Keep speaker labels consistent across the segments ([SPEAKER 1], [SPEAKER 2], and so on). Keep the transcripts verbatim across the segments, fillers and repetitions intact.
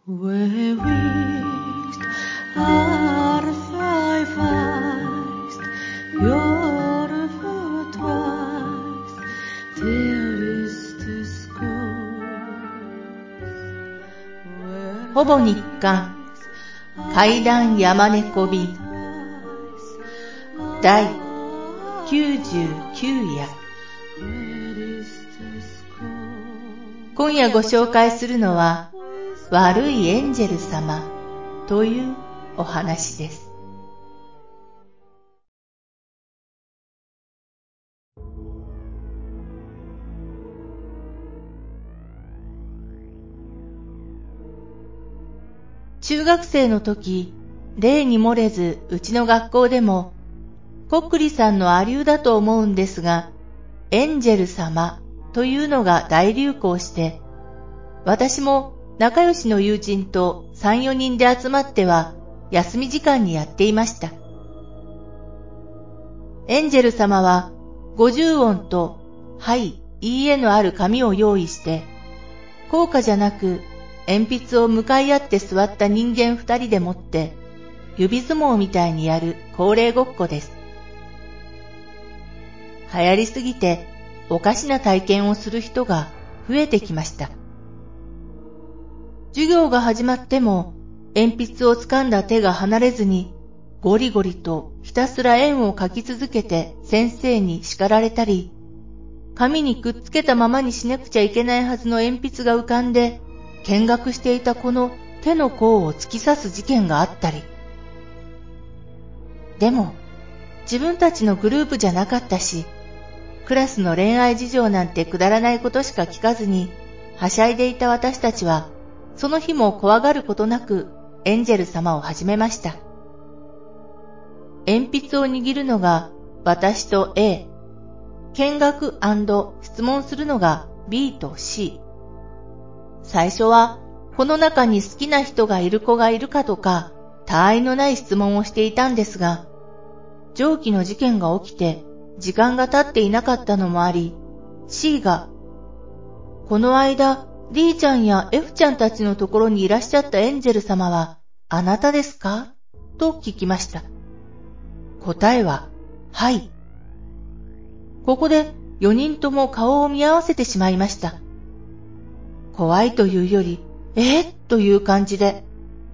[SPEAKER 1] Where wished are five eyes, your foot twice, there is the school.
[SPEAKER 2] ほぼ日刊怪談山猫便第きゅうじゅうきゅう夜。今夜ご紹介するのは悪いエンジェル様というお話です。中学生の時、例に漏れずうちの学校でもコックリさんの亜流だと思うんですが、エンジェル様というのが大流行して、私も仲良しの友人とさん、よにんで集まっては休み時間にやっていました。エンジェル様はごじゅう音とはい、いいえのある紙を用意して、硬貨じゃなく鉛筆を向かい合って座った人間二人でもって指相撲みたいにやる恒例ごっこです。流行りすぎておかしな体験をする人が増えてきました。授業が始まっても鉛筆を掴んだ手が離れずにゴリゴリとひたすら円を描き続けて先生に叱られたり、紙にくっつけたままにしなくちゃいけないはずの鉛筆が浮かんで見学していた子の手の甲を突き刺す事件があったり。でも自分たちのグループじゃなかったし、クラスの恋愛事情なんてくだらないことしか聞かずにはしゃいでいた私たちは、その日も怖がることなくエンジェル様を始めました。鉛筆を握るのが私と A、見学&質問するのが B と C。最初はこの中に好きな人がいる子がいるかとか、他愛のない質問をしていたんですが、上記の事件が起きて時間が経っていなかったのもあり、C が、この間 D ちゃんや F ちゃんたちのところにいらっしゃったエンジェル様はあなたですかと聞きました。答えは、はい。ここでよにんとも顔を見合わせてしまいました。怖いというより、えー、という感じで。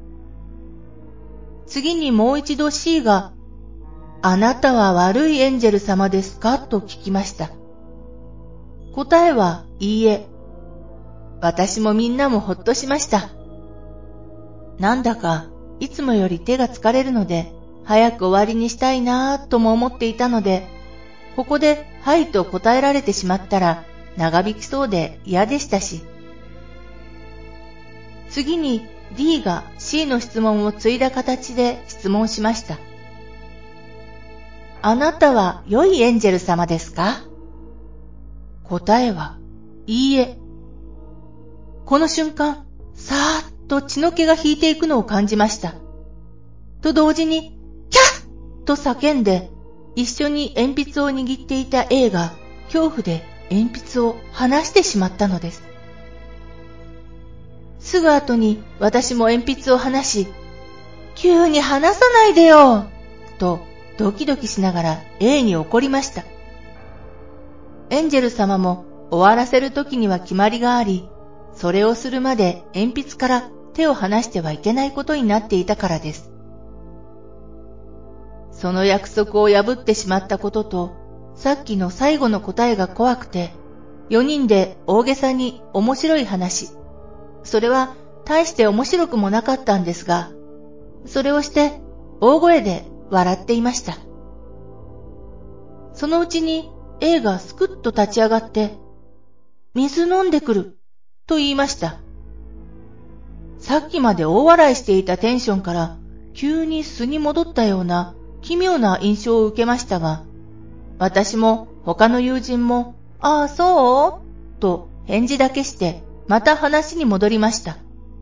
[SPEAKER 2] 次にもう一度 C が、あなたは悪いエンジェル様ですかと聞きました。答えは、いいえ。私もみんなもほっとしました。なんだか、いつもより手が疲れるので、早く終わりにしたいなぁとも思っていたので、ここではいと答えられてしまったら長引きそうで嫌でしたし。次に D が C の質問を継いだ形で質問しました。あなたは良いエンジェル様ですか？答えは、いいえ。この瞬間、さーっと血の気が引いていくのを感じました。と同時に、キャッと叫んで、一緒に鉛筆を握っていた A が恐怖で鉛筆を離してしまったのです。すぐ後に私も鉛筆を離し、急に離さないでよとドキドキしながら A に怒りました。エンジェル様も終わらせる時には決まりがあり、それをするまで鉛筆から手を離してはいけないことになっていたからです。その約束を破ってしまったことと、さっきの最後の答えが怖くて、よにんで大げさに面白い話。それは大して面白くもなかったんですが、それをして大声で笑っていました。そのうちに A がすくっと立ち上がって、水飲んでくると言いました。さっきまで大笑いしていたテンションから急に素に戻ったような奇妙な印象を受けましたが、私も他の友人も、ああそうと返事だけしてまた話に戻りました。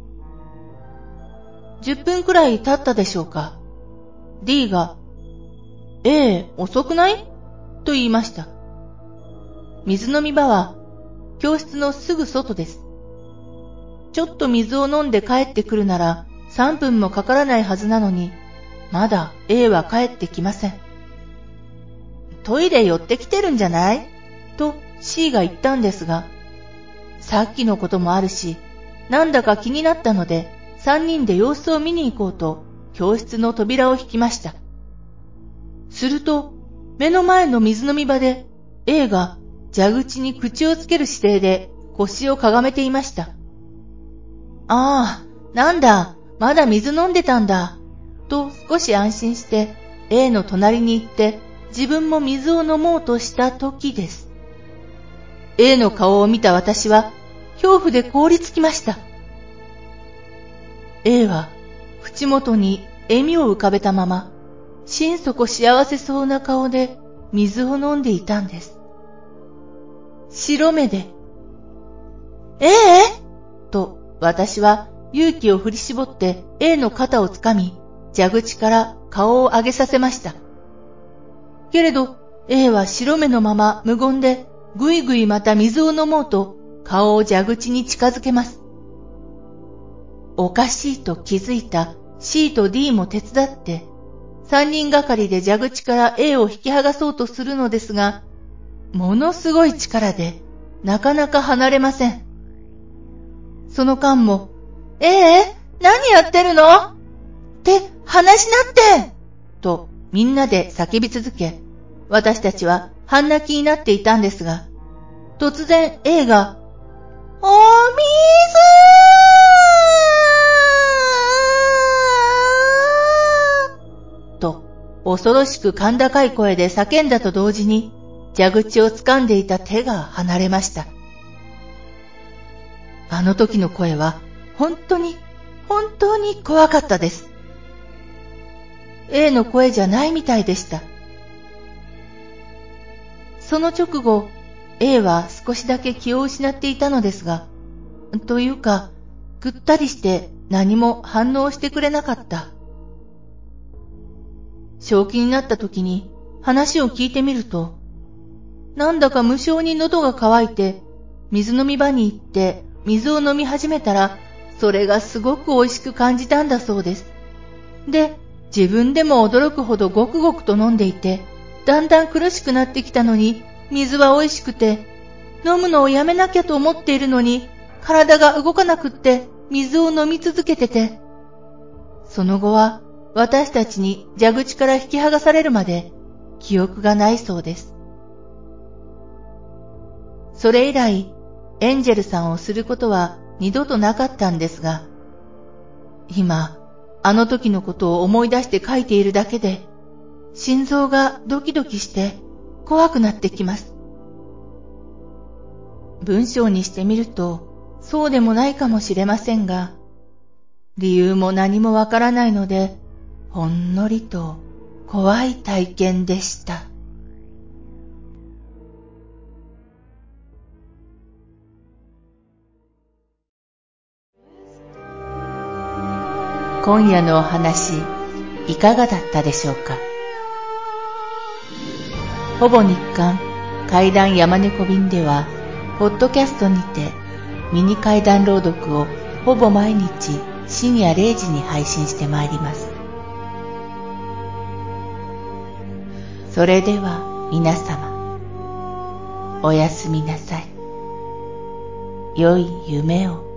[SPEAKER 2] じゅっぷんくらい経ったでしょうか。D が、ええ、遅くないと言いました。水飲み場は教室のすぐ外です。ちちょっと水を飲んで帰ってくるならさんぷんもかからないはずなのに、まだ A は帰ってきません。トイレ寄ってきてるんじゃない?と C が言ったんですが、さっきのこともあるし、なんだか気になったので、さんにんで様子を見に行こうと、教室の扉を引きました。すると、目の前の水飲み場で、A が蛇口に口をつける姿勢で腰をかがめていました。ああ、なんだ、まだ水飲んでたんだ、と少し安心して A の隣に行って自分も水を飲もうとした時です。A の顔を見た私は恐怖で凍りつきました。A は口元に笑みを浮かべたまま、心底幸せそうな顔で水を飲んでいたんです。白目で、ええと私は勇気を振り絞って A の肩をつかみ、蛇口から顔を上げさせました。けれど A は白目のまま無言でぐいぐいまた水を飲もうと顔を蛇口に近づけます。おかしいと気づいた C と D も手伝って三人がかりで蛇口から A を引き剥がそうとするのですが、ものすごい力でなかなか離れません。その間も、ええ、何やってるの?って話しなってとみんなで叫び続け、私たちは半泣きになっていたんですが、突然 A が、お水と恐ろしく甲高い声で叫んだと同時に、蛇口を掴んでいた手が離れました。あの時の声は本当に本当に怖かったです。A の声じゃないみたいでした。その直後、A は少しだけ気を失っていたのですが、というか、ぐったりして何も反応してくれなかった。正気になった時に話を聞いてみると、なんだか無性に喉が渇いて、水飲み場に行って水を飲み始めたら、それがすごく美味しく感じたんだそうです。で、自分でも驚くほどごくごくと飲んでいて、だんだん苦しくなってきたのに、水は美味しくて、飲むのをやめなきゃと思っているのに、体が動かなくって水を飲み続けてて、その後は私たちに蛇口から引き剥がされるまで記憶がないそうです。それ以来、エンジェルさんをすることは二度となかったんですが、今、あの時のことを思い出して書いているだけで、心臓がドキドキして怖くなってきます。文章にしてみると、そうでもないかもしれませんが、理由も何もわからないので、ほんのりと怖い体験でした。今夜のお話、いかがだったでしょうか。ほぼ日刊怪談山猫便では、ポッドキャストにてミニ怪談朗読をほぼ毎日深夜れいじに配信してまいります。それでは皆様、おやすみなさい。良い夢を。